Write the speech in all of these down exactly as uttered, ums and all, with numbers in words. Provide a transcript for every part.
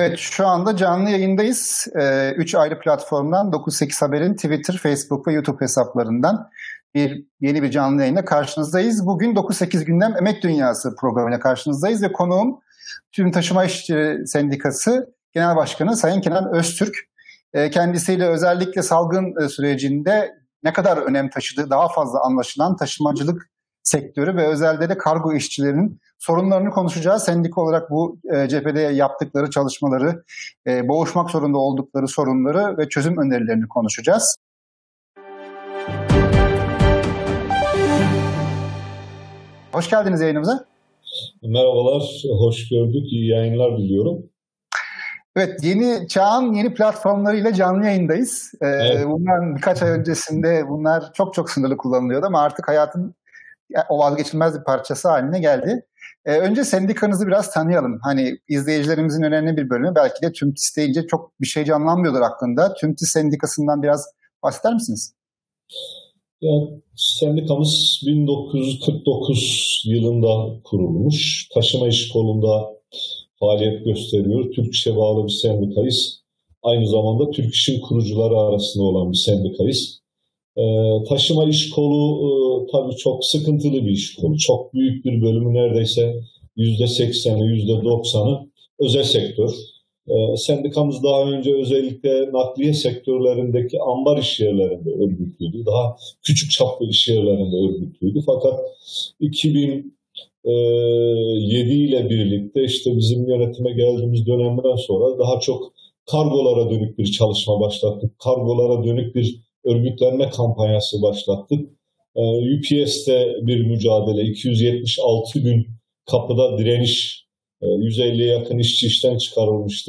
Evet, şu anda canlı yayındayız. Ee, üç ayrı platformdan, dokuz sekiz Haber'in Twitter, Facebook ve YouTube hesaplarından bir yeni bir canlı yayında karşınızdayız. Bugün dokuz sekiz Gündem Emek Dünyası programıyla karşınızdayız ve konuğum Tüm Taşıma İşçileri Sendikası Genel Başkanı Sayın Kenan Öztürk. Ee, kendisiyle özellikle salgın sürecinde ne kadar önem taşıdığı daha fazla anlaşılan taşımacılık sektörü ve özellikle de kargo işçilerinin sorunlarını konuşacağız. Sendika olarak bu e, cephede yaptıkları çalışmaları, e, boğuşmak zorunda oldukları sorunları ve çözüm önerilerini konuşacağız. Hoş geldiniz yayınımıza. Merhabalar, hoş gördük. İyi yayınlar diliyorum. Evet, yeni çağın yeni platformlarıyla canlı yayındayız. Ee, evet. Bundan birkaç ay öncesinde bunlar çok çok sınırlı kullanılıyordu ama artık hayatın o vazgeçilmez bir parçası haline geldi. Ee, önce sendikanızı biraz tanıyalım. Hani izleyicilerimizin önemli bir bölümü belki de TÜMTİS deyince çok bir şey canlanmıyordur aklında. TÜMTİS Sendikası'ndan biraz bahseder misiniz? Yani, sendikamız bin dokuz yüz kırk dokuz yılında kurulmuş. Taşıma iş kolunda faaliyet gösteriyoruz. Türk İş'e bağlı bir sendikayız. Aynı zamanda Türk İş'in kurucuları arasında olan bir sendikayız. Ee, taşıma iş kolu e, tabii çok sıkıntılı bir iş kolu. Çok büyük bir bölümü, neredeyse yüzde sekseni, yüzde doksanı özel sektör. Ee, sendikamız daha önce özellikle nakliye sektörlerindeki ambar iş yerlerinde örgütlüydü. Daha küçük çaplı iş yerlerinde örgütlüydü. Fakat iki bin yedi ile birlikte işte bizim yönetime geldiğimiz dönemden sonra daha çok kargolara dönük bir çalışma başlattık. Kargolara dönük bir örgütlenme kampanyası başlattık. U P S'te bir mücadele, iki yüz yetmiş altı gün kapıda direniş, yüz elliye yakın işçi işten çıkarılmıştı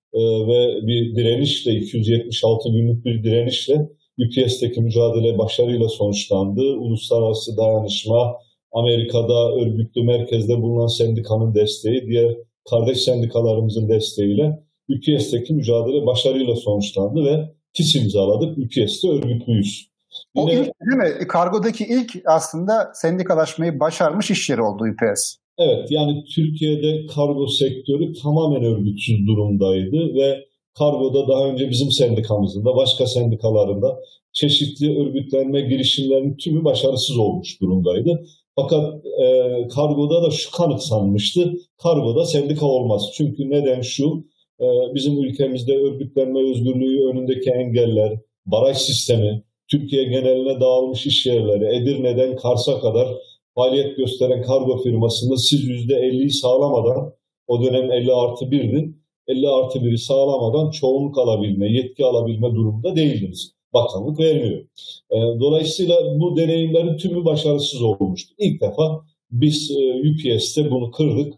ve bir direnişle, iki yüz yetmiş altı günlük bir direnişle U P S'teki mücadele başarıyla sonuçlandı. Uluslararası dayanışma, Amerika'da örgütlü merkezde bulunan sendikanın desteği, diğer kardeş sendikalarımızın desteğiyle U P S'teki mücadele başarıyla sonuçlandı ve T İ S imzaladık. U P S'te örgütlüyüz. Yine... O ilk değil mi? Kargodaki ilk aslında sendikalaşmayı başarmış iş yeri oldu U P S. Evet, yani Türkiye'de kargo sektörü tamamen örgütsüz durumdaydı ve kargoda daha önce bizim sendikamızın da başka sendikalarında çeşitli örgütlenme girişimlerinin tümü başarısız olmuş durumdaydı. Fakat e, kargoda da şu kanıksanmıştı, kargoda sendika olmaz. Çünkü neden şu, e, bizim ülkemizde örgütlenme özgürlüğü önündeki engeller, baraj sistemi, Türkiye geneline dağılmış iş yerleri, Edirne'den Kars'a kadar faaliyet gösteren kargo firmasında siz yüzde elliyi sağlamadan, o dönem elli artı birdi, elli artı biri sağlamadan çoğunluk alabilme, yetki alabilme durumunda değildiniz. Bakanlık vermiyor. Dolayısıyla bu deneyimlerin tümü başarısız olmuştu. İlk defa biz U P S'te bunu kırdık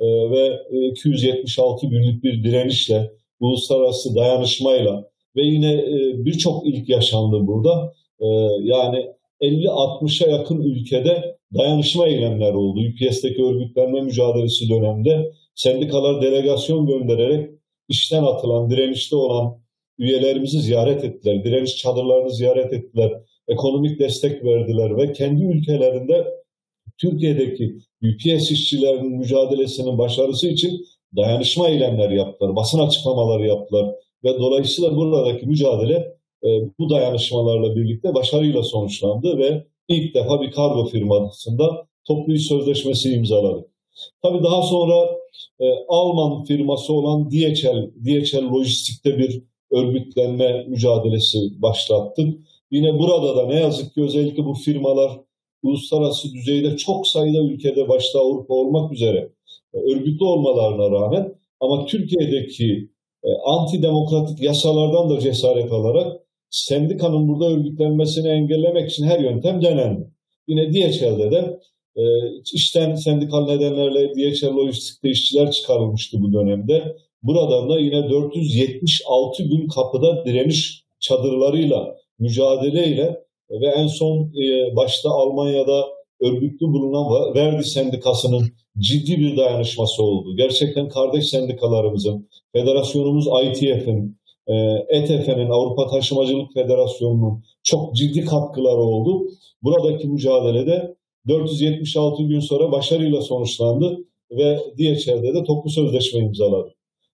ve iki yüz yetmiş altı günlük bir direnişle, uluslararası dayanışmayla ve yine birçok ilk yaşandı burada. Yani elli altmışa yakın ülkede dayanışma eylemleri oldu. U P S'teki örgütlenme mücadelesi döneminde sendikalar delegasyon göndererek işten atılan, direnişte olan üyelerimizi ziyaret ettiler, direniş çadırlarını ziyaret ettiler, ekonomik destek verdiler ve kendi ülkelerinde Türkiye'deki U P S işçilerinin mücadelesinin başarısı için dayanışma eylemleri yaptılar, basın açıklamaları yaptılar ve dolayısıyla buradaki mücadele e, bu dayanışmalarla birlikte başarıyla sonuçlandı ve ilk defa bir kargo firmasında toplu iş sözleşmesi imzaladık. Tabii daha sonra e, Alman firması olan D H L, D H L Lojistik'te bir örgütlenme mücadelesi başlattık. Yine burada da ne yazık ki özellikle bu firmalar uluslararası düzeyde çok sayıda ülkede, başta Avrupa olmak üzere örgütlü olmalarına rağmen ama Türkiye'deki e, antidemokratik yasalardan da cesaret alarak sendikanın burada örgütlenmesini engellemek için her yöntem denendi. Yine D H L'de de e, işten sendikal nedenlerle D H L Lojistik'te işçiler çıkarılmıştı bu dönemde. Buradan da yine dört yüz yetmiş altı gün kapıda direniş çadırlarıyla, mücadeleyle ve en son e, başta Almanya'da örgütlü bulunan Verdi Sendikası'nın ciddi bir dayanışması oldu. Gerçekten kardeş sendikalarımızın, federasyonumuz I T F'in, e, E T F'nin, Avrupa Taşımacılık Federasyonu'nun çok ciddi katkıları oldu. Buradaki mücadelede dört yüz yetmiş altı gün sonra başarıyla sonuçlandı ve D H L'de de toplu sözleşme imzaladı.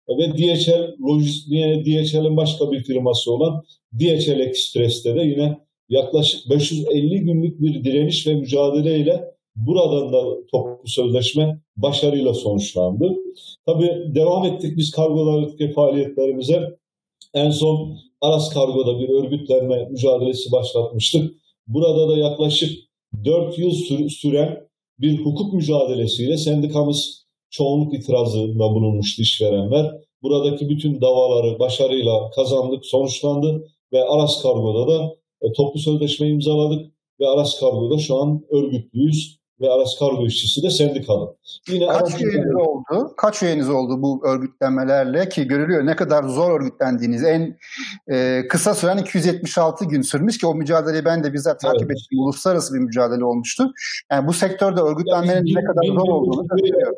ve D H L Lojistik'e D H L'in başka bir firması olan D H L Express'te de yine yaklaşık beş yüz elli günlük bir direniş ve mücadeleyle buradan da toplu sözleşme başarıyla sonuçlandı. Tabii devam ettik biz kargolardaki faaliyetlerimize. En son Aras Kargo'da bir örgütlenme mücadelesi başlatmıştık. Burada da yaklaşık dört yıl süren bir hukuk mücadelesiyle sendikamız çoğunluk itirazında bulunmuştu işverenler. Buradaki bütün davaları başarıyla kazandık, sonuçlandı ve Aras Kargo'da da e, toplu sözleşme imzaladık ve Aras Kargo'da şu an örgütlüyüz ve Aras Kargo işçisi de sendikalı. Yine Kaç üyeniz oldu? Kaç üyeniz oldu bu örgütlenmelerle ki görülüyor ne kadar zor örgütlendiğiniz. En e, kısa süren iki yüz yetmiş altı gün sürmüş ki o mücadeleyi ben de bizzat takip evet. ettim. Uluslararası bir mücadele olmuştu. Yani bu sektörde örgütlenmenin yani, ne kadar bin, zor bin, olduğunu gösteriyor.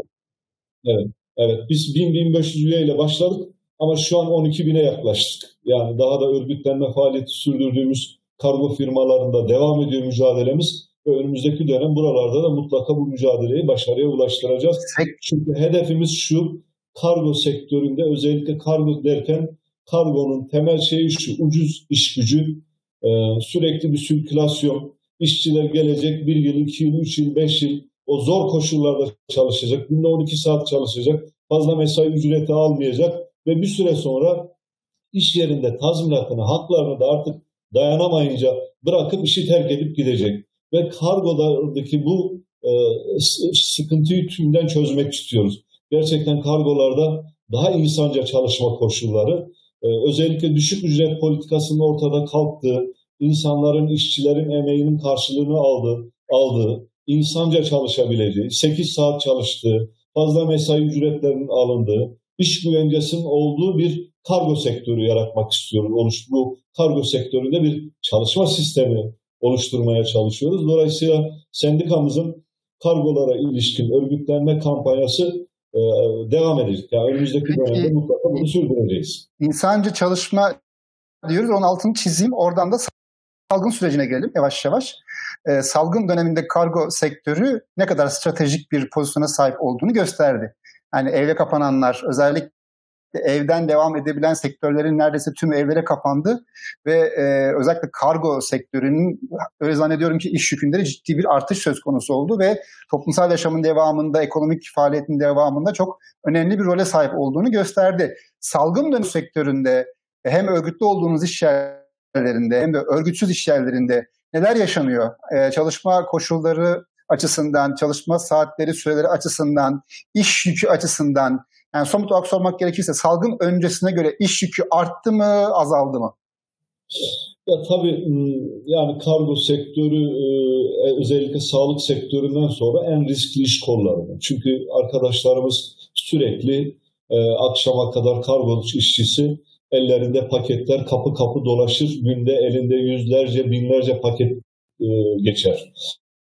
Evet, evet. Biz bin bin beş yüz üyeyle başladık ama şu an on iki bine yaklaştık. Yani daha da örgütlenme faaliyeti sürdürdüğümüz kargo firmalarında devam ediyor mücadelemiz. Ve önümüzdeki dönem buralarda da mutlaka bu mücadeleyi başarıya ulaştıracağız. Çünkü hedefimiz şu, kargo sektöründe özellikle kargo derken kargonun temel şeyi şu, ucuz iş gücü, e, sürekli bir sirkülasyon, işçiler gelecek bir yıl, iki yıl, üç yıl, beş yıl o zor koşullarda çalışacak, günde on iki saat çalışacak, fazla mesai ücreti almayacak ve bir süre sonra iş yerinde tazminatını, haklarını da artık dayanamayınca bırakıp işi terk edip gidecek. Ve kargodaki bu e, sıkıntıyı tümden çözmek istiyoruz. Gerçekten kargolarda daha insanca çalışma koşulları, e, özellikle düşük ücret politikasının ortada kalktığı, insanların, işçilerin emeğinin karşılığını aldığı, aldığı, insanca çalışabileceği, sekiz saat çalıştığı, fazla mesai ücretlerinin alındığı, iş güvencesinin olduğu bir kargo sektörü yaratmak istiyoruz. Oluş, bu kargo sektöründe bir çalışma sistemi oluşturmaya çalışıyoruz. Dolayısıyla sendikamızın kargolara ilişkin örgütlenme kampanyası e, devam edecek. Yani önümüzdeki dönemde mutlaka bunu sürdüreceğiz. İnsancı çalışma diyoruz. Onun altını çizeyim. Oradan da salgın sürecine gelelim yavaş yavaş. E, salgın döneminde kargo sektörü ne kadar stratejik bir pozisyona sahip olduğunu gösterdi. Yani evde kapananlar, özellikle evden devam edebilen sektörlerin neredeyse tüm evlere kapandı ve e, özellikle kargo sektörünün öyle zannediyorum ki iş yükünde ciddi bir artış söz konusu oldu ve toplumsal yaşamın devamında, ekonomik faaliyetin devamında çok önemli bir role sahip olduğunu gösterdi. Salgın dönüşüm sektöründe hem örgütlü olduğunuz iş yerlerinde hem de örgütsüz iş yerlerinde neler yaşanıyor? E, çalışma koşulları açısından, çalışma saatleri, süreleri açısından, iş yükü açısından, yani somut olarak sormak gerekirse salgın öncesine göre iş yükü arttı mı, azaldı mı? Ya tabii yani kargo sektörü özellikle sağlık sektöründen sonra en riskli iş kollarından. Çünkü arkadaşlarımız sürekli akşama kadar kargo işçisi ellerinde paketler kapı kapı dolaşır. Günde elinde yüzlerce, binlerce paket geçer.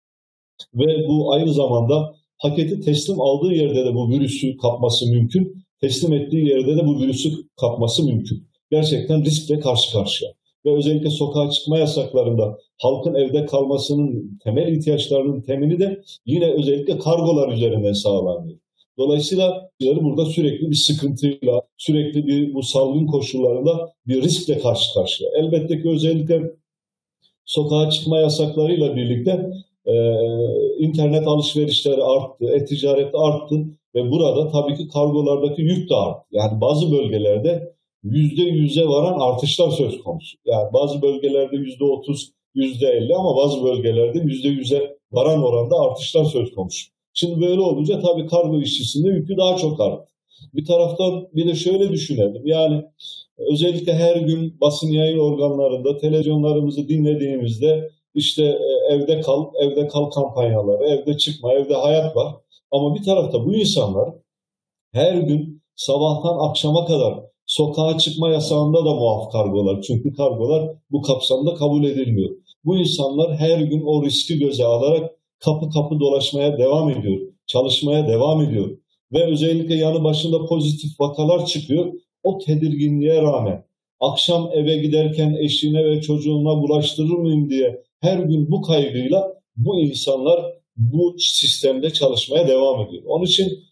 Ve bu aynı zamanda paketi teslim aldığı yerde de bu virüsü kapması mümkün. Teslim ettiği yerde de bu virüsü kapması mümkün. Gerçekten riskle karşı karşıya. Ve özellikle sokağa çıkma yasaklarında halkın evde kalmasının temel ihtiyaçlarının temini de yine özellikle kargolar üzerinden sağlanıyor. Dolayısıyla burada sürekli bir sıkıntıyla, sürekli bir bu salgın koşullarında bir riskle karşı karşıya. Elbette ki özellikle sokağa çıkma yasaklarıyla birlikte Ee, internet alışverişleri arttı, e-ticaret arttı ve burada tabii ki kargolardaki yük de arttı. Yani bazı bölgelerde yüzde yüze varan artışlar söz konusu. Yani bazı bölgelerde yüzde otuz, yüzde elli ama bazı bölgelerde yüzde yüze varan oranda artışlar söz konusu. Şimdi böyle olunca tabii kargo işçisinin yükü daha çok arttı. Bir taraftan bir de şöyle düşünelim. Yani özellikle her gün basın yayın organlarında televizyonlarımızı dinlediğimizde İşte evde kal, evde kal kampanyaları, evde çıkma, evde hayat var. Ama bir tarafta bu insanlar her gün sabahtan akşama kadar sokağa çıkma yasağında da muaf kargolar. Çünkü kargolar bu kapsamda kabul edilmiyor. Bu insanlar her gün o riski göze alarak kapı kapı dolaşmaya devam ediyor, çalışmaya devam ediyor. Ve özellikle yanı başında pozitif vakalar çıkıyor. O tedirginliğe rağmen akşam eve giderken eşine ve çocuğuna bulaştırır mıyım diye her gün bu kaygıyla bu insanlar bu sistemde çalışmaya devam ediyor. Onun için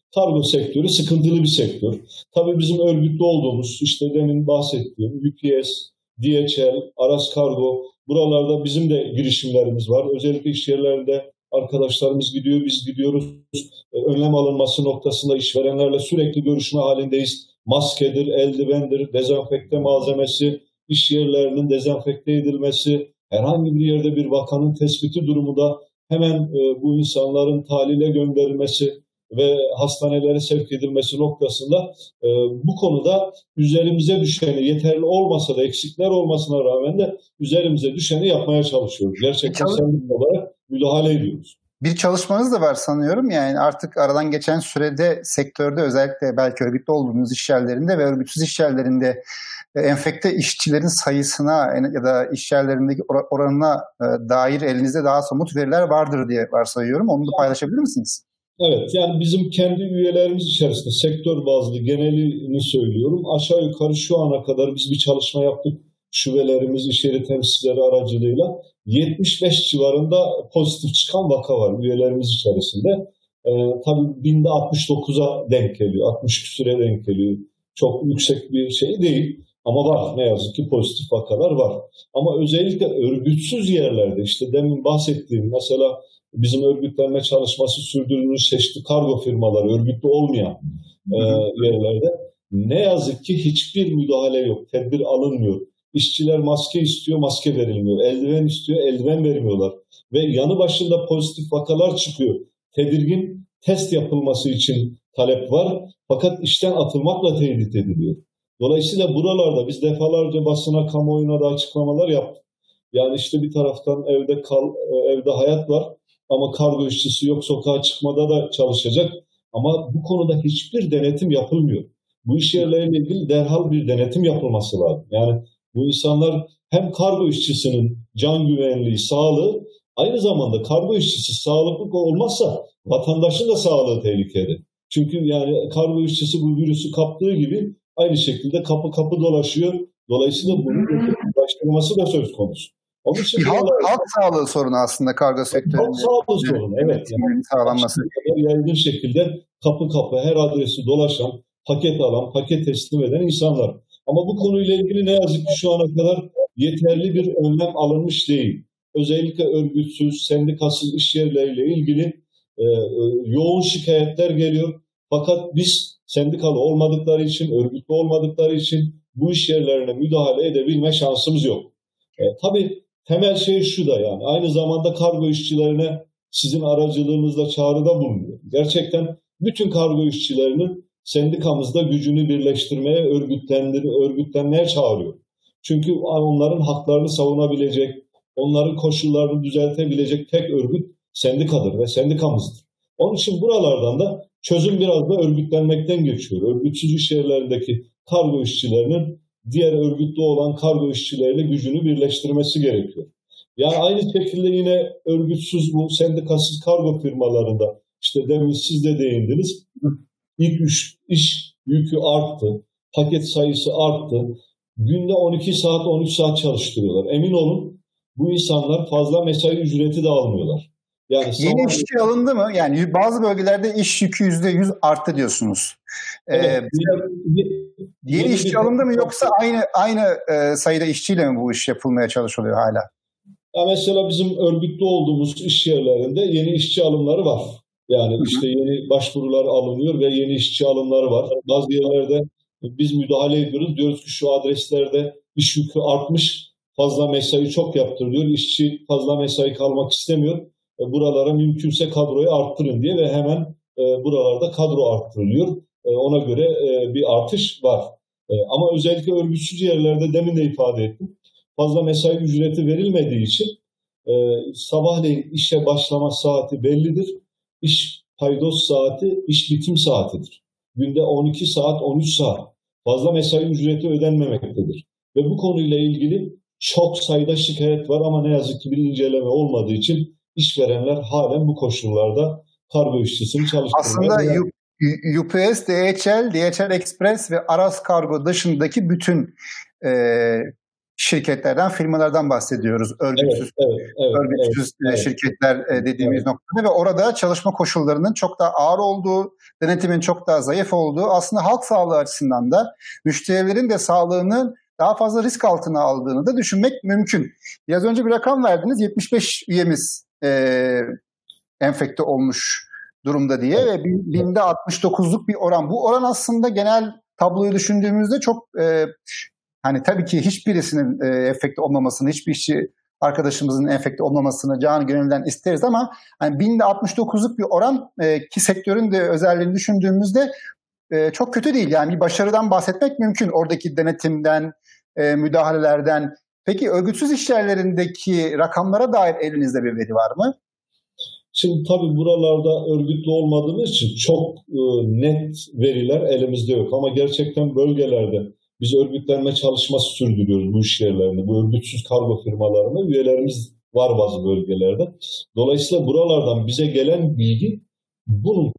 kargo sektörü sıkıntılı bir sektör. Tabii bizim örgütlü olduğumuz, işte demin bahsettiğim U P S, D H L, Aras Kargo, buralarda bizim de girişimlerimiz var. Özellikle iş yerlerinde arkadaşlarımız gidiyor, biz gidiyoruz. Önlem alınması noktasında işverenlerle sürekli görüşme halindeyiz. Maskedir, eldivendir, dezenfekte malzemesi, iş yerlerinin dezenfekte edilmesi, herhangi bir yerde bir vakanın tespiti durumunda hemen e, bu insanların tahlile gönderilmesi ve hastanelere sevk edilmesi noktasında e, bu konuda üzerimize düşeni, yeterli olmasa da eksikler olmasına rağmen de üzerimize düşeni yapmaya çalışıyoruz. Gerçekten sendika olarak müdahale ediyoruz. Bir çalışmanız da var sanıyorum. Yani artık aradan geçen sürede sektörde, özellikle belki örgütlü olduğunuz iş yerlerinde ve örgütsüz iş yerlerinde enfekte işçilerin sayısına ya da iş yerlerindeki oranına dair elinizde daha somut veriler vardır diye varsayıyorum. Onu da paylaşabilir misiniz? Evet, yani bizim kendi üyelerimiz içerisinde sektör bazlı genelini söylüyorum. Aşağı yukarı şu ana kadar biz bir çalışma yaptık. Şubelerimiz, iş yeri temsilcileri aracılığıyla yetmiş beş civarında pozitif çıkan vaka var üyelerimiz içerisinde. Ee, tabii binde altmış dokuza denk geliyor, altmış küsüre denk geliyor. Çok yüksek bir şey değil ama var, ne yazık ki pozitif vakalar var. Ama özellikle örgütsüz yerlerde, işte demin bahsettiğim mesela bizim örgütlenme çalışması sürdürdüğümüz çeşitli kargo firmaları, örgütlü olmayan e, yerlerde ne yazık ki hiçbir müdahale yok, tedbir alınmıyor. İşçiler maske istiyor, maske verilmiyor. Eldiven istiyor, eldiven vermiyorlar. Ve yanı başında pozitif vakalar çıkıyor. Tedirgin, test yapılması için talep var. Fakat işten atılmakla tehdit ediliyor. Dolayısıyla buralarda biz defalarca basına, kamuoyuna da açıklamalar yaptık. Yani işte bir taraftan evde kal, evde hayat var ama kargo işçisi yok, sokağa çıkmada da çalışacak. Ama bu konuda hiçbir denetim yapılmıyor. Bu iş yerleriyle ilgili derhal bir denetim yapılması lazım. Yani bu insanlar hem kargo işçisinin can güvenliği, sağlığı, aynı zamanda kargo işçisi sağlıklı olmazsa vatandaşın da sağlığı tehlikede. Çünkü yani kargo işçisi bu virüsü kaptığı gibi aynı şekilde kapı kapı dolaşıyor. Dolayısıyla bunun başlaması da söz konusu. Onun için halk, halk sağlığı sorunu aslında kargo sektöründe. Halk sağlığı sorunu, evet. Yani sağlanması. Yaygın şekilde kapı kapı her adresi dolaşan, paket alan, paket teslim eden insanlar. Ama bu konuyla ilgili ne yazık ki şu ana kadar yeterli bir önlem alınmış değil. Özellikle örgütsüz, sendikasız iş yerleriyle ilgili e, e, yoğun şikayetler geliyor. Fakat biz sendikalı olmadıkları için, örgütlü olmadıkları için bu iş yerlerine müdahale edebilme şansımız yok. E, tabii temel şey şu da, yani aynı zamanda kargo işçilerine sizin aracılığınızla çağrıda bulunuyor. Gerçekten bütün kargo işçilerinin sendikamızda gücünü birleştirmeye, örgütlendir, örgütlenmeye çağırıyor. Çünkü onların haklarını savunabilecek, onların koşullarını düzeltebilecek tek örgüt sendikadır ve sendikamızdır. Onun için buralardan da çözüm biraz da örgütlenmekten geçiyor. Örgütsüz iş yerlerindeki kargo işçilerinin diğer örgütlü olan kargo işçileriyle gücünü birleştirmesi gerekiyor. Yani aynı şekilde yine örgütsüz bu sendikasız kargo firmalarında, işte demin siz de değindiniz, İlk iş, iş yükü arttı, paket sayısı arttı. Günde on iki saat, on üç saat çalıştırıyorlar. Emin olun bu insanlar fazla mesai ücreti de almıyorlar. Yani yeni sabah... işçi alındı mı? Yani bazı bölgelerde iş yükü yüzde yüz arttı diyorsunuz. Evet, ee, yeni, yeni, yeni işçi bir... alındı mı yoksa aynı aynı e, sayıda işçiyle mi bu iş yapılmaya çalışılıyor hala? Ya mesela bizim örgütlü olduğumuz iş yerlerinde yeni işçi alımları var. Yani işte yeni başvurular alınıyor ve yeni işçi alımları var. Bazı yerlerde biz müdahale ediyoruz. Diyoruz ki şu adreslerde iş yükü artmış, fazla mesai çok yaptırılıyor. İşçi fazla mesai kalmak istemiyor. Buralara mümkünse kadroyu arttırın diye ve hemen buralarda kadro arttırılıyor. Ona göre bir artış var. Ama özellikle örgütsüz yerlerde demin de ifade ettim. Fazla mesai ücreti verilmediği için sabahleyin işe başlama saati bellidir. İş paydos saati, iş bitim saatidir. Günde on iki saat, on üç saat fazla mesai ücreti ödenmemektedir. Ve bu konuyla ilgili çok sayıda şikayet var ama ne yazık ki bir inceleme olmadığı için işverenler halen bu koşullarda kargo işçisini çalıştırmaya Aslında U, U P S, D H L, D H L Express ve Aras Kargo dışındaki bütün e, şirketlerden, firmalardan bahsediyoruz. Örgütsüz, evet, evet, evet, örgütsüz evet, şirketler evet, dediğimiz evet. noktada ve orada çalışma koşullarının çok daha ağır olduğu, denetimin çok daha zayıf olduğu, aslında halk sağlığı açısından da müşterilerin de sağlığını daha fazla risk altına aldığını da düşünmek mümkün. Biraz önce bir rakam verdiniz, yetmiş beş üyemiz e, enfekte olmuş durumda diye evet. ve binde altmış dokuzluk bir oran. Bu oran aslında genel tabloyu düşündüğümüzde çok e, hani tabii ki hiçbirisinin e, enfekte olmamasını, hiçbir işçi arkadaşımızın enfekte olmamasını canı gönülden isteriz ama hani binde altmış dokuzluk bir oran e, ki sektörün de özelliğini düşündüğümüzde e, çok kötü değil. Yani bir başarıdan bahsetmek mümkün. Oradaki denetimden, e, müdahalelerden. Peki örgütsüz işyerlerindeki rakamlara dair elinizde bir veri var mı? Şimdi tabii buralarda örgütlü olmadığımız için çok e, net veriler elimizde yok. Ama gerçekten bölgelerde biz örgütlenme çalışması sürdürüyoruz bu iş yerlerinde. Bu örgütsüz kargo firmalarında üyelerimiz var bazı bölgelerde. Dolayısıyla buralardan bize gelen bilgi bunun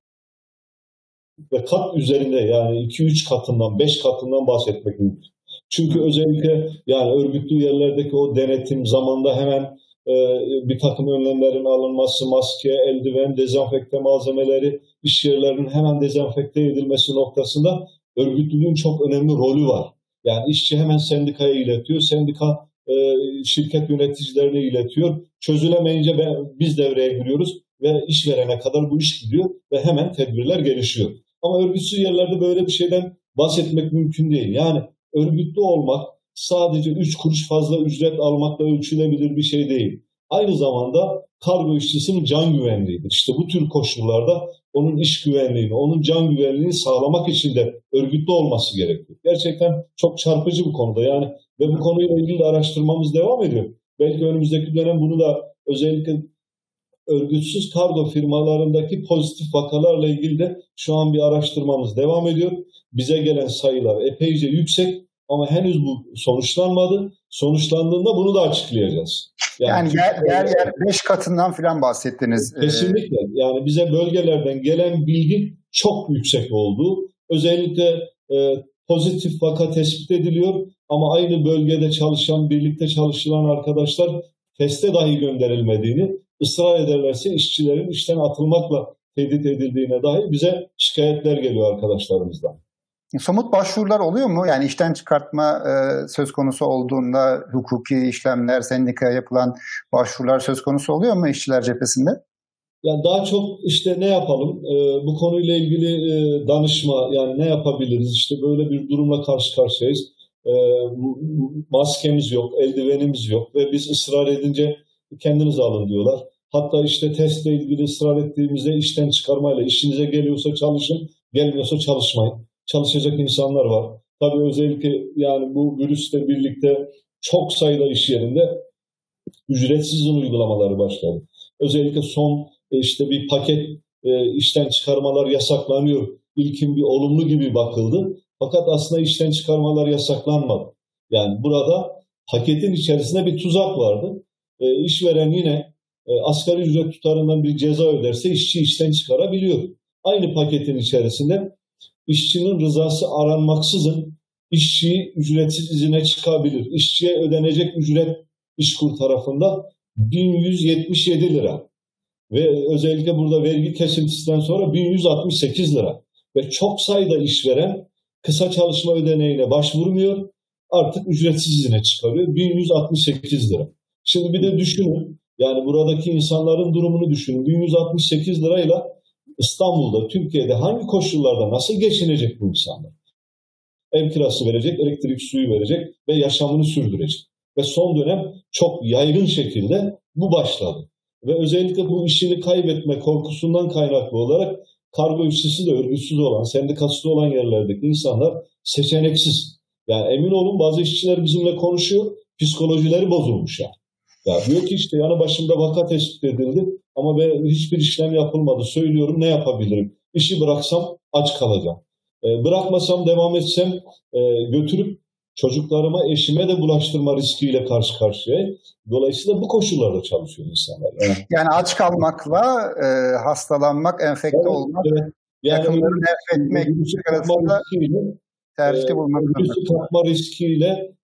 ve kat üzerinde yani iki üç katından, beş katından bahsetmek mümkün. Çünkü özellikle yani örgütlü yerlerdeki o denetim zamanında hemen e, bir takım önlemlerin alınması, maske, eldiven, dezenfekte malzemeleri, iş yerlerinin hemen dezenfekte edilmesi noktasında örgütlülüğün çok önemli rolü var. Yani işçi hemen sendikaya iletiyor, sendika e, şirket yöneticilerine iletiyor. Çözülemeyince ben, biz devreye giriyoruz ve işverene kadar bu iş gidiyor ve hemen tedbirler gelişiyor. Ama örgütsüz yerlerde böyle bir şeyden bahsetmek mümkün değil. Yani örgütlü olmak sadece üç kuruş fazla ücret almakla ölçülebilir bir şey değil. Aynı zamanda kargo işçisinin can güvenliğidir. İşte bu tür koşullarda onun iş güvenliğini, onun can güvenliğini sağlamak için de örgütlü olması gerekiyor. Gerçekten çok çarpıcı bu konuda yani ve bu konuyla ilgili de araştırmamız devam ediyor. Belki önümüzdeki dönem bunu da özellikle örgütsüz kargo firmalarındaki pozitif vakalarla ilgili de şu an bir araştırmamız devam ediyor. Bize gelen sayılar epeyce yüksek ama henüz bu sonuçlanmadı. Sonuçlandığında bunu da açıklayacağız. Yani, yani yer, yer yer beş katından falan bahsettiniz. Kesinlikle. Yani bize bölgelerden gelen bilgi çok yüksek oldu. Özellikle e, pozitif vaka tespit ediliyor ama aynı bölgede çalışan, birlikte çalışılan arkadaşlar teste dahi gönderilmediğini, ısrar ederlerse işçilerin işten atılmakla tehdit edildiğine dair bize şikayetler geliyor arkadaşlarımızdan. Somut başvurular oluyor mu? Yani işten çıkartma e, söz konusu olduğunda hukuki işlemler, sendikaya yapılan başvurular söz konusu oluyor mu işçiler cephesinde? Yani daha çok işte ne yapalım, e, bu konuyla ilgili e, danışma, yani ne yapabiliriz? İşte böyle bir durumla karşı karşıyayız. E, maskemiz yok, eldivenimiz yok ve biz ısrar edince kendiniz alın diyorlar. Hatta işte testle ilgili ısrar ettiğimizde işten çıkarmayla işinize geliyorsa çalışın, gelmiyorsa çalışmayın. Çalışacak insanlar var. Tabii özellikle yani bu virüsle birlikte çok sayıda iş yerinde ücretsiz izin uygulamaları başladı. Özellikle son işte bir paket e, işten çıkarmalar yasaklanıyor. İlkin bir olumlu gibi bakıldı. Fakat aslında işten çıkarmalar yasaklanmadı. Yani burada paketin içerisinde bir tuzak vardı. E, işveren yine e, asgari ücret tutarından bir ceza öderse işçi işten çıkarabiliyor. Aynı paketin içerisinde İşçinin rızası aranmaksızın işçi ücretsiz izine çıkabilir. İşçiye ödenecek ücret İşkur tarafında bin yüz yetmiş yedi lira. Ve özellikle burada vergi kesintisinden sonra bin yüz altmış sekiz lira. Ve çok sayıda işveren kısa çalışma ödeneğine başvurmuyor. Artık ücretsiz izine çıkarıyor. bin yüz altmış sekiz lira. Şimdi bir de düşünün. Yani buradaki insanların durumunu düşünün. bin yüz altmış sekiz lirayla İstanbul'da, Türkiye'de hangi koşullarda nasıl geçinecek bu insanlar? Ev kirası verecek, elektrik suyu verecek ve yaşamını sürdürecek. Ve son dönem çok yaygın şekilde bu başladı. Ve özellikle bu işini kaybetme korkusundan kaynaklı olarak kargo işçisi de örgütsüz olan, sendikası da olan yerlerdeki insanlar seçeneksiz. Yani emin olun bazı işçiler bizimle konuşuyor, psikolojileri bozulmuş yani. Ya diyor ki işte yanı başımda vaka tespit edildi ama ben hiçbir işlem yapılmadı. Söylüyorum ne yapabilirim? İşi bıraksam aç kalacağım. E, bırakmasam devam etsem e, götürüp çocuklarıma, eşime de bulaştırma riskiyle karşı karşıya. Dolayısıyla bu koşullarda çalışıyor insanlar. Yani, yani aç kalmakla e, hastalanmak, enfekte evet, olmak, evet. Yani yakınları nef etmek arasında tercihte bulmak. Virüsü kapma riskiyle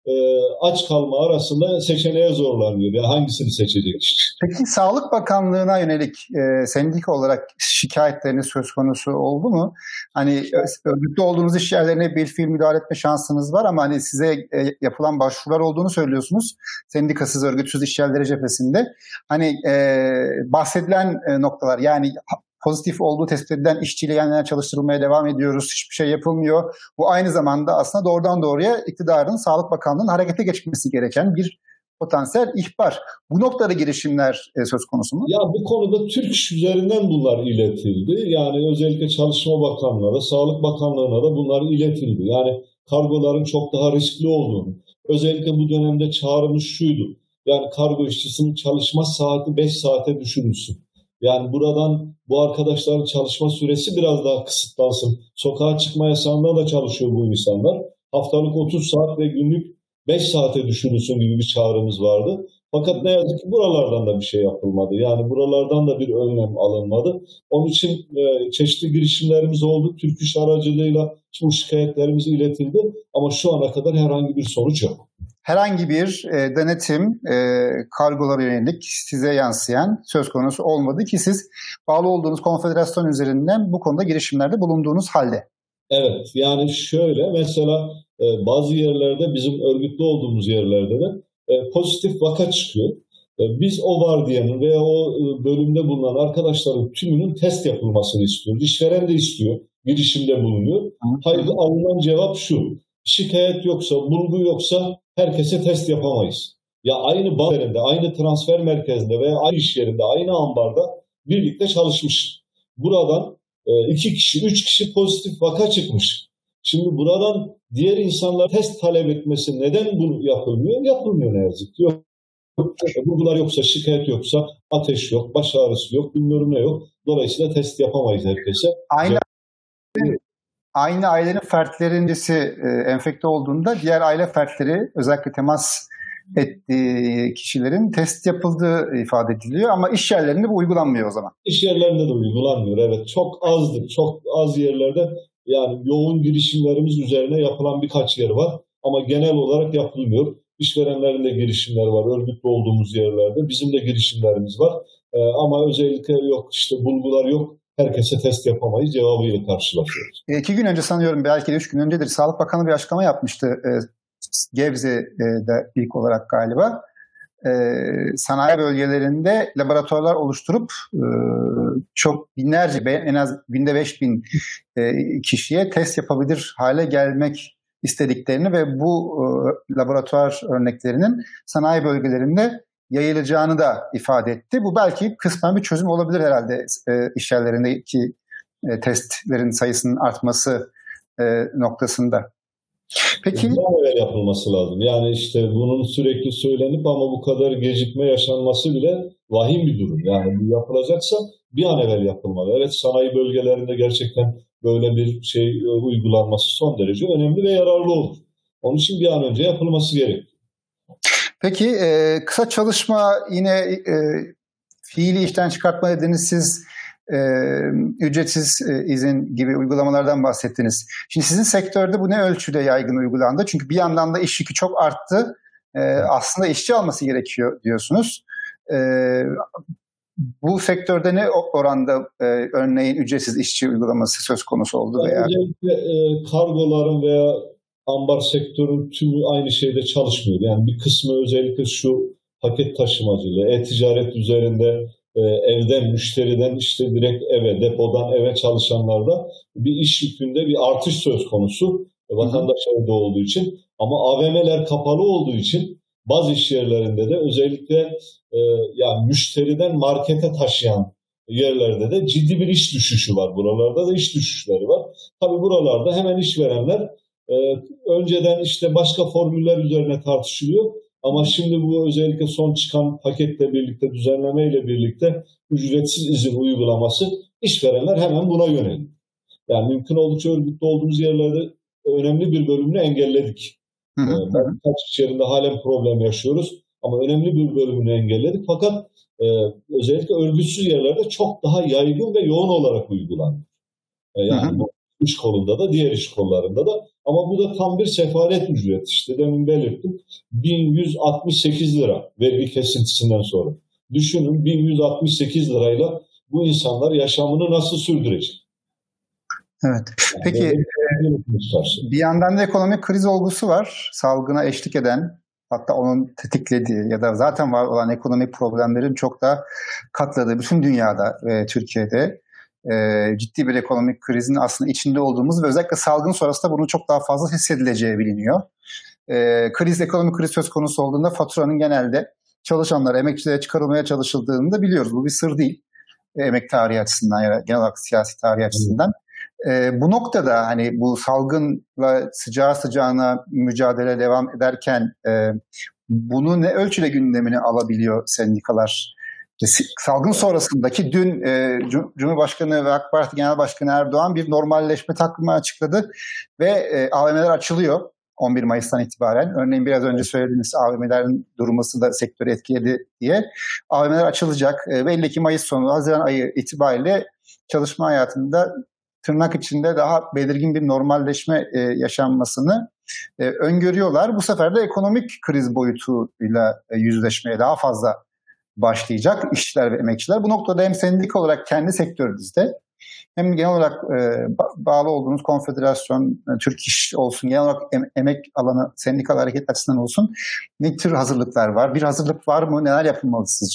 e, aç kalma arasında seçeneğe zorlanıyor. Yani hangisini seçecek? Peki Sağlık Bakanlığı'na yönelik e, sendika olarak şikayetleriniz söz konusu oldu mu? Hani örgütlü olduğunuz iş yerlerine bilfiil müdahale etme şansınız var ama hani size e, yapılan başvurular olduğunu söylüyorsunuz. Sendikasız, örgütsüz iş yerleri cephesinde. Hani e, bahsedilen e, noktalar, yani pozitif olduğu tespit edilen işçiyle yan yana çalıştırılmaya devam ediyoruz, hiçbir şey yapılmıyor. Bu aynı zamanda aslında doğrudan doğruya iktidarın, Sağlık Bakanlığı'nın harekete geçmesi gereken bir potansiyel ihbar. Bu noktada girişimler e, söz konusu mu? Ya bu konuda Türk İş üzerinden bunlar iletildi. Yani özellikle Çalışma Bakanlığı'na, Sağlık Bakanlığı'na da bunlar iletildi. Yani kargoların çok daha riskli olduğunu, özellikle bu dönemde çağrımız şuydu. Yani kargo işçisinin çalışma saati beş saate düşürülsün. Yani buradan bu arkadaşların çalışma süresi biraz daha kısıtlansın. Sokağa çıkma yasağında da çalışıyor bu insanlar. Haftalık otuz saat ve günlük beş saate düşürülsün gibi bir çağrımız vardı. Fakat ne yazık ki buralardan da bir şey yapılmadı. Yani buralardan da bir önlem alınmadı. Onun için e, çeşitli girişimlerimiz oldu. Türk İş aracılığıyla bu şikayetlerimiz iletildi. Ama şu ana kadar herhangi bir sonuç yok. Herhangi bir e, denetim e, kargolara yönelik size yansıyan söz konusu olmadı ki siz bağlı olduğunuz konfederasyon üzerinden bu konuda girişimlerde bulunduğunuz halde. Evet, yani şöyle mesela e, bazı yerlerde, bizim örgütlü olduğumuz yerlerde de e, pozitif vaka çıkıyor. E, biz o vardiyanın veya o e, bölümde bulunan arkadaşların tümünün test yapılmasını istiyoruz. İşveren de istiyor, girişimde bulunuyor. Hayır, alınan cevap şu: şikayet yoksa, bulgu yoksa herkese test yapamayız. Ya aynı bağ yerinde, aynı transfer merkezinde veya aynı iş yerinde, aynı ambarda birlikte çalışmış. Buradan iki kişi, üç kişi pozitif vaka çıkmış. Şimdi buradan diğer insanlar test talep etmesi neden bunu yapılmıyor? Yapılmıyor ne yazık ki. Yok. Bulgular yoksa, şikayet yoksa, ateş yok, baş ağrısı yok, bilmiyorum ne yok. Dolayısıyla test yapamayız herkese. Aynı Aynı ailenin fertlerinin birisi e, enfekte olduğunda diğer aile fertleri, özellikle temas ettiği kişilerin test yapıldığı ifade ediliyor ama iş yerlerinde bu uygulanmıyor o zaman. İş yerlerinde de uygulanmıyor, evet. Çok azdır, çok az yerlerde, yani yoğun girişimlerimiz üzerine yapılan birkaç yer var ama genel olarak yapılmıyor. İşverenlerin de girişimleri var, örgütlü olduğumuz yerlerde. Bizim de girişimlerimiz var ee, ama özellikle yok, işte bulgular yok, herkese test yapamayız cevabıyla karşılaşıyoruz. E, iki gün önce sanıyorum, belki de üç gün öncedir, Sağlık Bakanı bir açıklama yapmıştı. E, Gebze'de ilk olarak galiba. E, sanayi bölgelerinde laboratuvarlar oluşturup e, çok binlerce, en az binde beş bin e, kişiye test yapabilir hale gelmek istediklerini ve bu e, laboratuvar örneklerinin sanayi bölgelerinde yayılacağını da ifade etti. Bu belki kısmen bir çözüm olabilir herhalde e, iş yerlerindeki e, testlerin sayısının artması e, noktasında. Peki bir an evvel yapılması lazım. Yani işte bunun sürekli söylenip ama bu kadar gecikme yaşanması bile vahim bir durum. Yani bu yapılacaksa bir an evvel yapılmalı. Evet, sanayi bölgelerinde gerçekten böyle bir şey uygulanması son derece önemli ve yararlı olur. Onun için bir an önce yapılması gerekiyor. Peki e, kısa çalışma, yine e, fiili işten çıkartma dediniz siz, e, ücretsiz e, izin gibi uygulamalardan bahsettiniz. Şimdi sizin sektörde bu ne ölçüde yaygın uygulandı? Çünkü bir yandan da iş yükü çok arttı. E, aslında işçi alması gerekiyor diyorsunuz. E, bu sektörde ne oranda e, örneğin ücretsiz işçi uygulaması söz konusu oldu? Yani veya? Özellikle e, kargoların veya ambar sektörün tümü aynı şeyde çalışmıyor. Yani bir kısmı özellikle şu paket taşımacılığı, e-ticaret üzerinde e, evden, müşteriden işte direkt eve, depodan eve çalışanlarda bir iş yükünde bir artış söz konusu. E, vatandaş evde olduğu için. Ama A V M'ler kapalı olduğu için bazı iş yerlerinde de özellikle e, yani müşteriden markete taşıyan yerlerde de ciddi bir iş düşüşü var. Buralarda da iş düşüşleri var. Tabii buralarda hemen işverenler Ee, önceden işte başka formüller üzerine tartışılıyor ama şimdi bu özellikle son çıkan paketle birlikte, düzenlemeyle birlikte ücretsiz izin uygulaması, işverenler hemen buna yöneliyor. Yani mümkün oldukça örgütlü olduğumuz yerlerde önemli bir bölümünü engelledik. Hı hı. Ee, kaç iş yerinde halen problem yaşıyoruz ama önemli bir bölümünü engelledik. Fakat e, özellikle örgütsüz yerlerde çok daha yaygın ve yoğun olarak uygulanıyor. Ee, yani hı hı. bu iş kolunda da diğer iş kollarında da Ama bu da tam bir sefalet ücreti. İşte demin belirttim. bin yüz altmış sekiz lira vergi kesintisinden sonra. Düşünün bin yüz altmış sekiz lirayla bu insanlar yaşamını nasıl sürdürecek? Evet. Peki yani bir yandan da ekonomik kriz olgusu var. Salgına eşlik eden, hatta onun tetiklediği ya da zaten var olan ekonomik problemlerin çok da katladığı bütün dünyada ve Türkiye'de e, ciddi bir ekonomik krizin aslında içinde olduğumuz ve özellikle salgın sonrasında bunun çok daha fazla hissedileceği biliniyor. E, kriz, ekonomik kriz söz konusu olduğunda faturanın genelde çalışanlara, emekçilere çıkarılmaya çalışıldığını da biliyoruz. Bu bir sır değil. E, emek tarihi açısından ya da genel olarak siyasi tarihi açısından. E, bu noktada hani bu salgınla sıcağı sıcağına mücadele devam ederken e, bunu ne ölçüde gündemine alabiliyor sendikalar? E, salgın sonrasındaki dün e, Cumhurbaşkanı ve AK Parti Genel Başkanı Erdoğan bir normalleşme takvimi açıkladı ve e, A V M'ler açılıyor on bir Mayıs'tan itibaren. Örneğin biraz önce söylediğiniz A V M'lerin durması da sektörü etkiledi diye. A V M'ler açılacak. E, belli ki Mayıs sonu, Haziran ayı itibariyle çalışma hayatında tırnak içinde daha belirgin bir normalleşme e, yaşanmasını e, öngörüyorlar. Bu sefer de ekonomik kriz boyutuyla e, yüzleşmeye daha fazla başlayacak işçiler ve emekçiler. Bu noktada hem sendika olarak kendi sektörünüzde hem genel olarak e, bağlı olduğunuz konfederasyon, e, Türk İş olsun, genel olarak em- emek alanı, sendikal hareket açısından olsun ne tür hazırlıklar var? Bir hazırlık var mı? Neler yapılmalı sizce?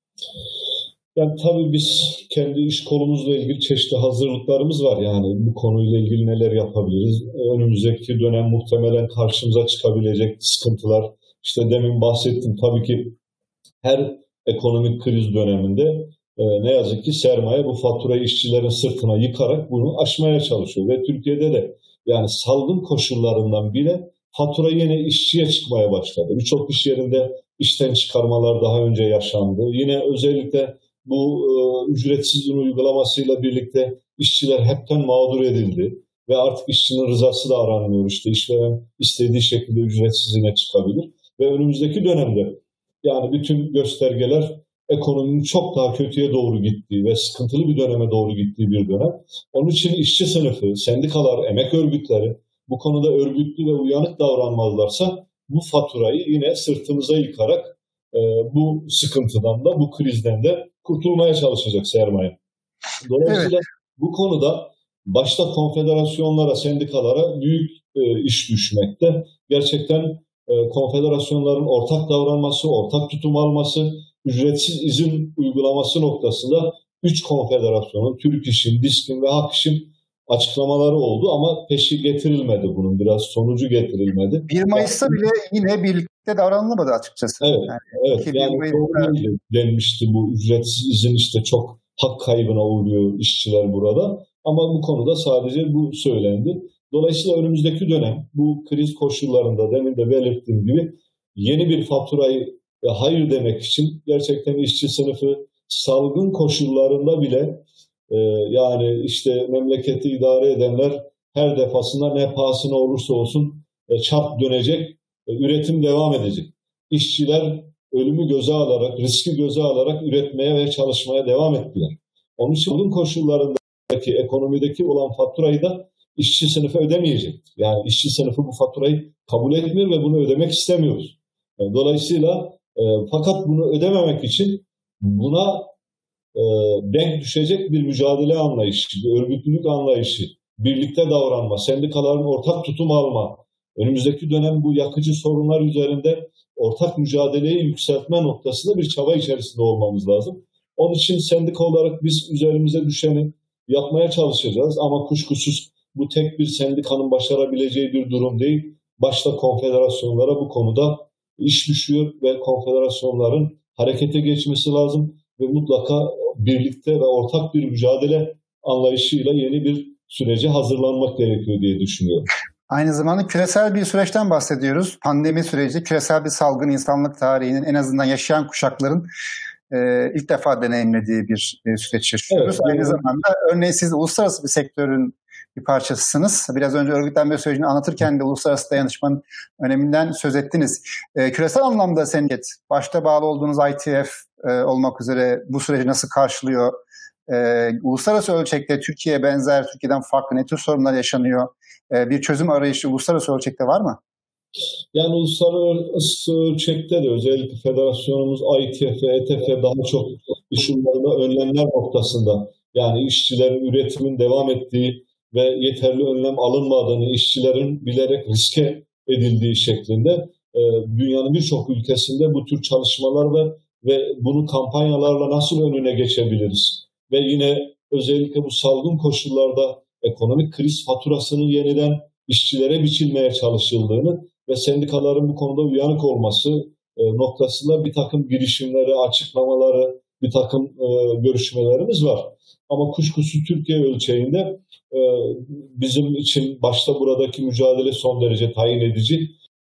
Yani tabii biz kendi iş kolumuzla ilgili çeşitli hazırlıklarımız var. Yani bu konuyla ilgili neler yapabiliriz? Önümüzdeki dönem muhtemelen karşımıza çıkabilecek sıkıntılar. İşte demin bahsettim, tabii ki her ekonomik kriz döneminde e, ne yazık ki sermaye bu faturayı işçilerin sırtına yıkarak bunu aşmaya çalışıyor. Ve Türkiye'de de yani salgın koşullarından bile fatura yine işçiye çıkmaya başladı. Birçok iş yerinde işten çıkarmalar daha önce yaşandı. Yine özellikle bu e, ücretsiz ürün uygulamasıyla birlikte işçiler hepten mağdur edildi ve artık işçinin rızası da aranmıyor. İşte işveren istediği şekilde ücretsiz yine çıkabilir ve önümüzdeki dönemde yani bütün göstergeler ekonominin çok daha kötüye doğru gittiği ve sıkıntılı bir döneme doğru gittiği bir dönem. Onun için işçi sınıfı, sendikalar, emek örgütleri bu konuda örgütlü ve uyanık davranmazlarsa bu faturayı yine sırtımıza yıkarak e, bu sıkıntıdan da bu krizden de kurtulmaya çalışacak sermaye. Dolayısıyla evet, bu konuda başta konfederasyonlara, sendikalara büyük e, iş düşmekte. Gerçekten e, konfederasyonların ortak davranması, ortak tutum alması, ücretsiz izin uygulaması noktasında üç konfederasyonun, Türk İş'in, DİSK'in ve Hak İş'in açıklamaları oldu ama peşi getirilmedi bunun, biraz sonucu getirilmedi. bir Mayıs'ta yani, bile yine birlikte davranılmadı açıkçası. Evet, yani, evet. Yani Mayıs'ta denmişti bu ücretsiz izin işte çok hak kaybına uğruyor işçiler burada. Ama bu konuda sadece bu söylendi. Dolayısıyla önümüzdeki dönem bu kriz koşullarında demin de belirttiğim gibi yeni bir faturayı hayır demek için gerçekten işçi sınıfı salgın koşullarında bile e, yani işte memleketi idare edenler her defasında ne pahasına olursa olsun e, çark dönecek, e, üretim devam edecek. İşçiler ölümü göze alarak, riski göze alarak üretmeye ve çalışmaya devam ettiler. Onun için salgın koşullarındaki ekonomideki olan faturayı da işçi sınıfı ödemeyecek. Yani işçi sınıfı bu faturayı kabul etmiyor ve bunu ödemek istemiyoruz. Yani dolayısıyla e, fakat bunu ödememek için buna e, denk düşecek bir mücadele anlayışı, bir örgütlülük anlayışı, birlikte davranma, sendikaların ortak tutum alma, önümüzdeki dönem bu yakıcı sorunlar üzerinde ortak mücadeleyi yükseltme noktasında bir çaba içerisinde olmamız lazım. Onun için sendika olarak biz üzerimize düşeni yapmaya çalışacağız ama kuşkusuz bu tek bir sendikanın başarabileceği bir durum değil. Başta konfederasyonlara bu konuda iş düşüyor ve konfederasyonların harekete geçmesi lazım ve mutlaka birlikte ve ortak bir mücadele anlayışıyla yeni bir sürece hazırlanmak gerekiyor diye düşünüyorum. Aynı zamanda küresel bir süreçten bahsediyoruz. Pandemi süreci, küresel bir salgın, insanlık tarihinin en azından yaşayan kuşakların e, ilk defa deneyimlediği bir e, süreç yaşıyoruz. Evet, Aynı evet. zamanda örneğin siz uluslararası bir sektörün bir parçasısınız. Biraz önce örgütlenme sürecini anlatırken de uluslararası dayanışmanın öneminden söz ettiniz. E, küresel anlamda sendiket, başta bağlı olduğunuz I T F e, olmak üzere bu süreci nasıl karşılıyor? E, uluslararası ölçekte Türkiye'ye benzer, Türkiye'den farklı ne tür sorunlar yaşanıyor? E, bir çözüm arayışı uluslararası ölçekte var mı? Yani uluslararası ölçekte de özellikle federasyonumuz I T F, E T F daha çok şunlarla önlemler noktasında, yani işçilerin üretimin devam ettiği ve yeterli önlem alınmadığını, işçilerin bilerek riske edildiği şeklinde e, dünyanın birçok ülkesinde bu tür çalışmalar ve ve bunu kampanyalarla nasıl önüne geçebiliriz? Ve yine özellikle bu salgın koşullarda ekonomik kriz faturasının yeniden işçilere biçilmeye çalışıldığını ve sendikaların bu konuda uyanık olması e, noktasında bir takım girişimleri, açıklamaları, bir takım e, görüşmelerimiz var. Ama kuşkusuz Türkiye ölçeğinde e, bizim için başta buradaki mücadele son derece tayin edici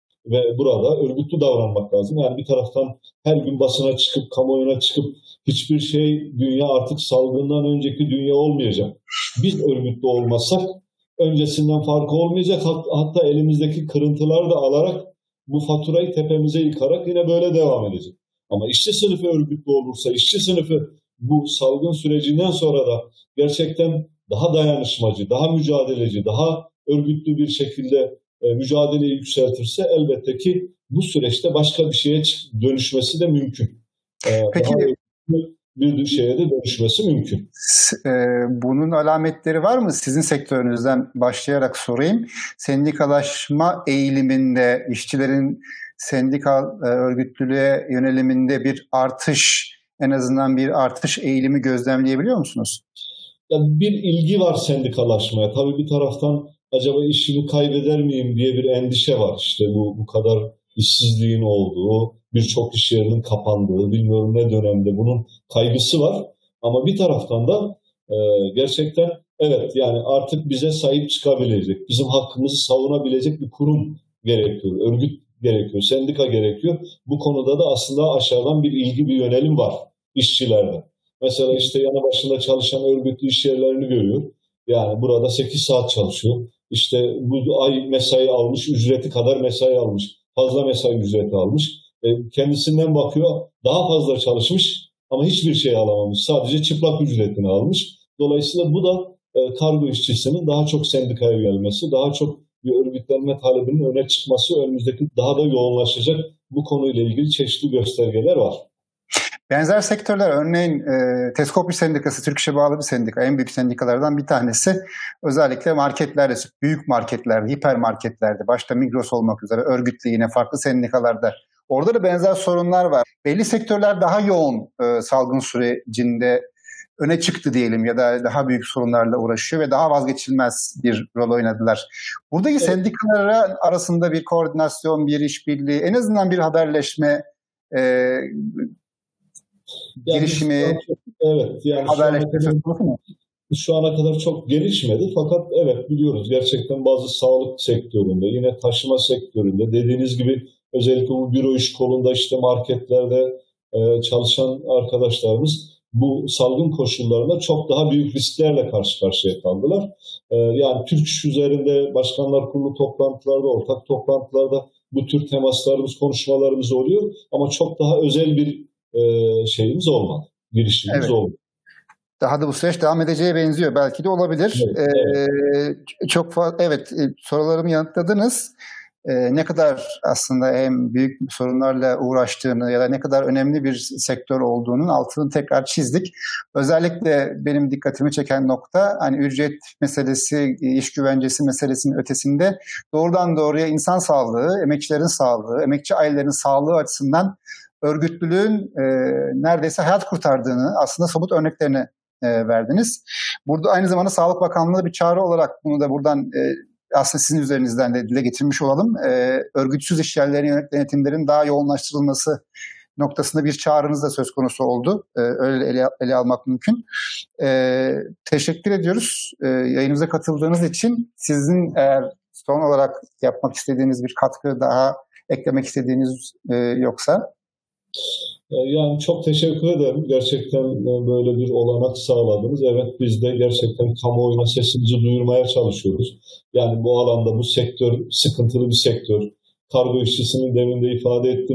ve burada örgütlü davranmak lazım. Yani bir taraftan her gün basına çıkıp, kamuoyuna çıkıp hiçbir şey dünya artık salgından önceki dünya olmayacak. Biz örgütlü olmasak öncesinden farkı olmayacak. Hatta elimizdeki kırıntıları da alarak bu faturayı tepemize yıkarak yine böyle devam edecek. Ama işçi sınıfı örgütlü olursa, işçi sınıfı bu salgın sürecinden sonra da gerçekten daha dayanışmacı, daha mücadeleci, daha örgütlü bir şekilde e, mücadeleyi yükseltirse elbette ki bu süreçte başka bir şeye dönüşmesi de mümkün. E, Peki, daha örgütlü bir şeye de dönüşmesi mümkün. E, bunun alametleri var mı? Sizin sektörünüzden başlayarak sorayım. Sendikalaşma eğiliminde, işçilerin sendikal e, örgütlülüğe yöneliminde bir artış, en azından bir artış eğilimi gözlemleyebiliyor musunuz? Yani bir ilgi var sendikalaşmaya. Tabii bir taraftan acaba işimi kaybeder miyim diye bir endişe var. İşte bu bu kadar işsizliğin olduğu, birçok iş yerinin kapandığı, bilmiyorum ne dönemde bunun kaygısı var. Ama bir taraftan da e, gerçekten evet, yani artık bize sahip çıkabilecek, bizim hakkımızı savunabilecek bir kurum gerekiyor, örgüt gerekiyor, sendika gerekiyor. Bu konuda da aslında aşağıdan bir ilgi, bir yönelim var işçilerde. Mesela işte yanı başında çalışan örgütlü iş yerlerini görüyor. Yani burada sekiz saat çalışıyor. İşte bu ay mesai almış, ücreti kadar mesai almış. Fazla mesai ücreti almış. E, kendisinden bakıyor, daha fazla çalışmış ama hiçbir şey alamamış. Sadece çıplak ücretini almış. Dolayısıyla bu da e, kargo işçisinin daha çok sendikaya gelmesi, daha çok bir örgütlenme talebinin öne çıkması, önümüzdeki daha da yoğunlaşacak bu konuyla ilgili çeşitli göstergeler var. Benzer sektörler, örneğin e, Teskopri Sendikası, Türk İş'e bağlı bir sendika, en büyük sendikalardan bir tanesi. Özellikle marketlerde, büyük marketlerde, hipermarketlerde, başta Migros olmak üzere örgütlü yine farklı sendikalarda. Orada da benzer sorunlar var. Belli sektörler daha yoğun e, salgın sürecinde öne çıktı diyelim ya da daha büyük sorunlarla uğraşıyor ve daha vazgeçilmez bir rol oynadılar. Buradaki evet, sendikalar arasında bir koordinasyon, bir işbirliği, en azından bir haberleşme e, yani girişimi, çok, evet, yani haberleşme şu ana, kadar, şu ana kadar çok gelişmedi fakat evet biliyoruz gerçekten bazı sağlık sektöründe, yine taşıma sektöründe, dediğiniz gibi özellikle bu büro iş kolunda, işte marketlerde e, çalışan arkadaşlarımız bu salgın koşullarında çok daha büyük risklerle karşı karşıya kaldılar. E, yani Türk İş üzerinde başkanlar kurulu toplantılarda, ortak toplantılarda bu tür temaslarımız, konuşmalarımız oluyor ama çok daha özel bir e, şeyimiz olmadı, girişimimiz evet. olmadı. Daha da bu süreç devam edeceğe benziyor. Belki de olabilir. Evet, ee, evet. Çok fazla, evet, sorularımı yanıtladınız. Ee, ne kadar aslında en büyük sorunlarla uğraştığını ya da ne kadar önemli bir sektör olduğunun altını tekrar çizdik. Özellikle benim dikkatimi çeken nokta, hani ücret meselesi, iş güvencesi meselesinin ötesinde doğrudan doğruya insan sağlığı, emekçilerin sağlığı, emekçi ailelerin sağlığı açısından örgütlülüğün e, neredeyse hayat kurtardığını aslında somut örneklerini e, verdiniz. Burada aynı zamanda Sağlık Bakanlığı bir çağrı olarak bunu da buradan e, aslında sizin üzerinizden de dile getirmiş olalım. E, örgütsüz işyerlerin, denetimlerin daha yoğunlaştırılması noktasında bir çağrınız da söz konusu oldu. E, öyle ele, ele almak mümkün. E, teşekkür ediyoruz e, yayınımıza katıldığınız için. Sizin eğer son olarak yapmak istediğiniz bir katkı, daha eklemek istediğiniz e, yoksa? Yani çok teşekkür ederim. Gerçekten böyle bir olanak sağladınız. Evet, biz de gerçekten kamuoyuna sesimizi duyurmaya çalışıyoruz. Yani bu alanda bu sektör sıkıntılı bir sektör. Kargo işçisinin demin de ifade ettim.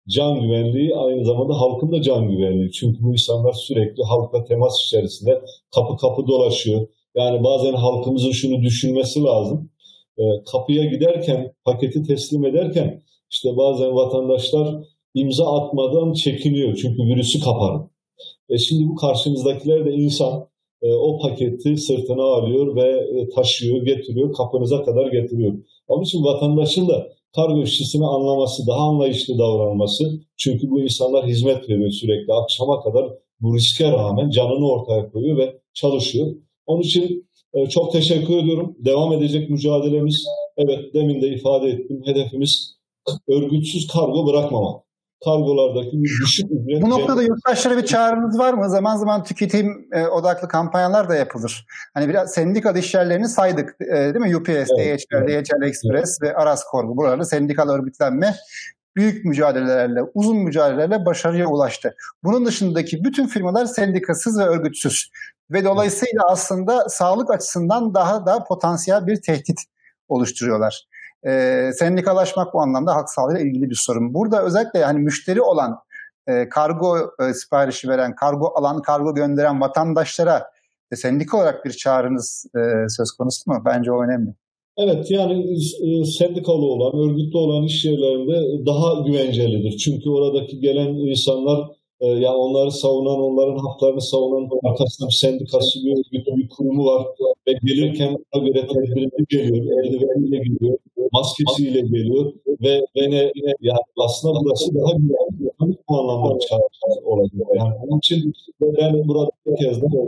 can güvenliği aynı zamanda halkın da can güvenliği. Çünkü bu insanlar sürekli halkla temas içerisinde kapı kapı dolaşıyor. Yani bazen halkımızın şunu düşünmesi lazım. E, kapıya giderken, paketi teslim ederken işte bazen vatandaşlar imza atmadan çekiniyor. Çünkü virüsü kapar. E şimdi bu karşınızdakiler de insan. E, o paketi sırtına alıyor ve e, taşıyor, getiriyor, kapınıza kadar getiriyor. Onun için vatandaşın da kargo işçisini anlaması, daha anlayışlı davranması. Çünkü bu insanlar hizmet veriyor sürekli. Akşama kadar bu riske rağmen canını ortaya koyuyor ve çalışıyor. Onun için e, çok teşekkür ediyorum. Devam edecek mücadelemiz, evet demin de ifade ettim, hedefimiz örgütsüz kargo bırakmamak. Kargolardaki düşük ücret... Bu noktada yurttaşlara bir çağrınız var mı? Zaman zaman tüketim e, odaklı kampanyalar da yapılır. Hani biraz sendikalı işyerlerini saydık e, değil mi? U P S, evet, D H L, evet. D H L Express evet. ve Aras Kargo. Buralarda sendikal örgütlenme büyük mücadelelerle, uzun mücadelelerle başarıya ulaştı. Bunun dışındaki bütün firmalar sendikasız ve örgütsüz. Ve dolayısıyla aslında sağlık açısından daha da potansiyel bir tehdit oluşturuyorlar. E, sendikalaşmak bu anlamda halk sağlığıyla ilgili bir sorun. Burada özellikle yani müşteri olan, e, kargo e, siparişi veren, kargo alan, kargo gönderen vatandaşlara e, sendika olarak bir çağrınız e, söz konusu mu? Bence o önemli. Evet, yani e, sendikalı olan, örgütlü olan iş yerlerinde daha güvencelidir. Çünkü oradaki gelen insanlar, e, yani onları savunan, onların haklarını savunan arkasında bir sendikası, bir örgütü, bir kurumu var. Ve gelirken ona göre tedbirli geliyor, eldiveniyle geliyor, maskesiyle geliyor ve, ve ne, yani aslında burası daha güvenli. Bu anlamda bir çağrı olabilir. Yani onun için ben burada bir kez daha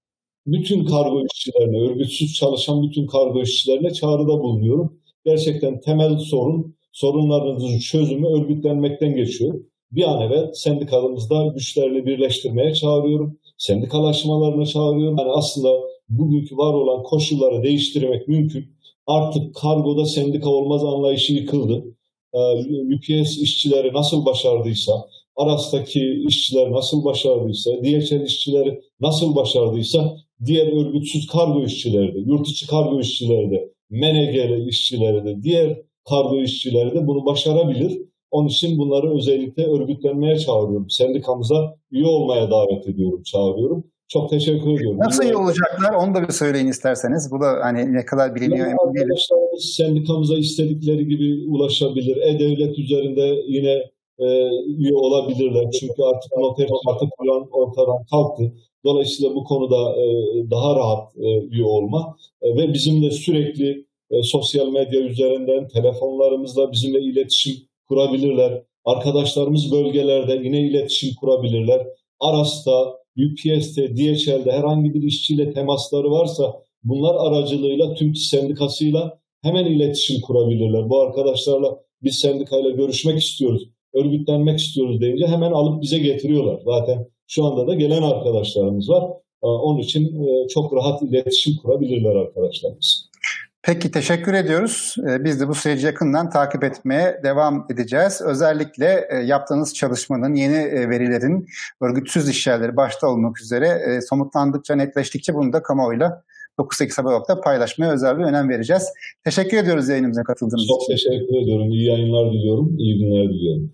bütün kargo işçilerine, örgütsüz çalışan bütün kargo işçilerine çağrıda bulunuyorum. Gerçekten temel sorun, sorunlarınızın çözümü örgütlenmekten geçiyor. Bir an evvel sendikalımızda güçlerini birleştirmeye çağırıyorum. Sendikalaşmalarına çağırıyorum. Yani aslında bugünkü var olan koşulları değiştirmek mümkün. Artık kargoda sendika olmaz anlayışı yıkıldı. U P S işçileri nasıl başardıysa, Aras'taki işçiler nasıl başardıysa, D H L işçileri nasıl başardıysa, diğer örgütsüz kargo işçileri de, yurt içi kargo işçileri de, M N G'li işçileri de, diğer kargo işçileri de bunu başarabilir. Onun için bunları özellikle örgütlenmeye çağırıyorum. Sendikamıza üye olmaya davet ediyorum, çağırıyorum. Çok teşekkür ediyorum. Nasıl üye olacaklar? Onu da bir söyleyin isterseniz. Bu da hani ne kadar biliniyor. Yani arkadaşlar sendikamıza istedikleri gibi ulaşabilir. E-Devlet üzerinde yine e, üye olabilirler. Çünkü artık noter kartı falan ortadan kalktı. Dolayısıyla bu konuda e, daha rahat e, üye olma e, ve bizimle sürekli e, sosyal medya üzerinden, telefonlarımızla bizimle iletişim kurabilirler. Arkadaşlarımız bölgelerde yine iletişim kurabilirler. Aras'ta, U P S'te, D H L'de herhangi bir işçiyle temasları varsa bunlar aracılığıyla TÜMİT sendikasıyla hemen iletişim kurabilirler. Bu arkadaşlarla biz sendikayla görüşmek istiyoruz, örgütlenmek istiyoruz deyince hemen alıp bize getiriyorlar. Zaten şu anda da gelen arkadaşlarımız var. Onun için çok rahat iletişim kurabilirler arkadaşlarımız. Peki, teşekkür ediyoruz. Biz de bu süreci yakından takip etmeye devam edeceğiz. Özellikle yaptığınız çalışmanın, yeni verilerin, örgütsüz işyerleri başta olmak üzere somutlandıkça, netleştikçe bunu da kamuoyuyla dokuz sekiz Haber nokta paylaşmaya özel bir önem vereceğiz. Teşekkür ediyoruz yayınımıza katıldığınız için. Çok teşekkür ediyorum. İyi yayınlar diliyorum. İyi günler diliyorum.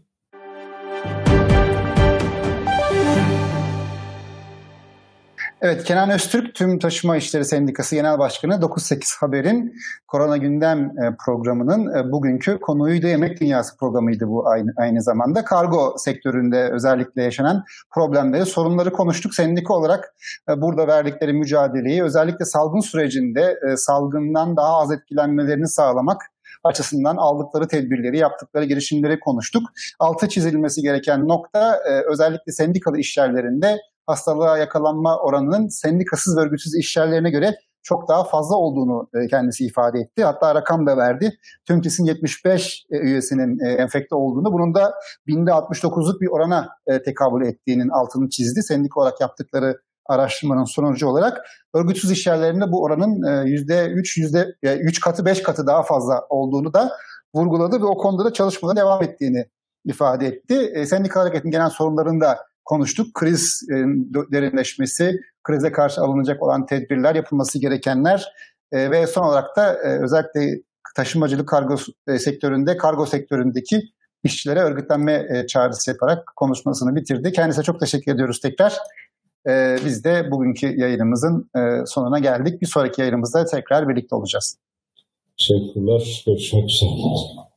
Evet, Kenan Öztürk, Tüm Taşıma İşleri Sendikası Genel Başkanı, dokuz sekiz Haber'in Korona Gündem programının bugünkü konuydu. Emek Dünyası programıydı bu aynı, aynı zamanda. Kargo sektöründe özellikle yaşanan problemleri, sorunları konuştuk. Sendika olarak burada verdikleri mücadeleyi, özellikle salgın sürecinde salgından daha az etkilenmelerini sağlamak açısından aldıkları tedbirleri, yaptıkları girişimleri konuştuk. Altı çizilmesi gereken nokta özellikle sendikalı işyerlerinde hastalığa yakalanma oranının sendikasız ve örgütsüz işyerlerine göre çok daha fazla olduğunu kendisi ifade etti. Hatta rakam da verdi. TÜMTİS'in yetmiş beş üyesinin enfekte olduğunu, bunun da binde altmış dokuzluk bir orana tekabül ettiğinin altını çizdi. Sendika olarak yaptıkları araştırmanın sonucu olarak örgütsüz işyerlerinde bu oranın yüzde üç, yüzde üç katı, beş katı daha fazla olduğunu da vurguladı ve o konuda da çalışmalara devam ettiğini ifade etti. Sendika hareketinin genel sorunlarını da konuştuk. Kriz e, derinleşmesi, krize karşı alınacak olan tedbirler, yapılması gerekenler e, ve son olarak da e, özellikle taşımacılık kargo e, sektöründe, kargo sektöründeki işçilere örgütlenme e, çağrısı yaparak konuşmasını bitirdi. Kendisine çok teşekkür ediyoruz tekrar. E, biz de bugünkü yayınımızın e, sonuna geldik. Bir sonraki yayınımızda tekrar birlikte olacağız. Teşekkürler. Görüşmek üzere.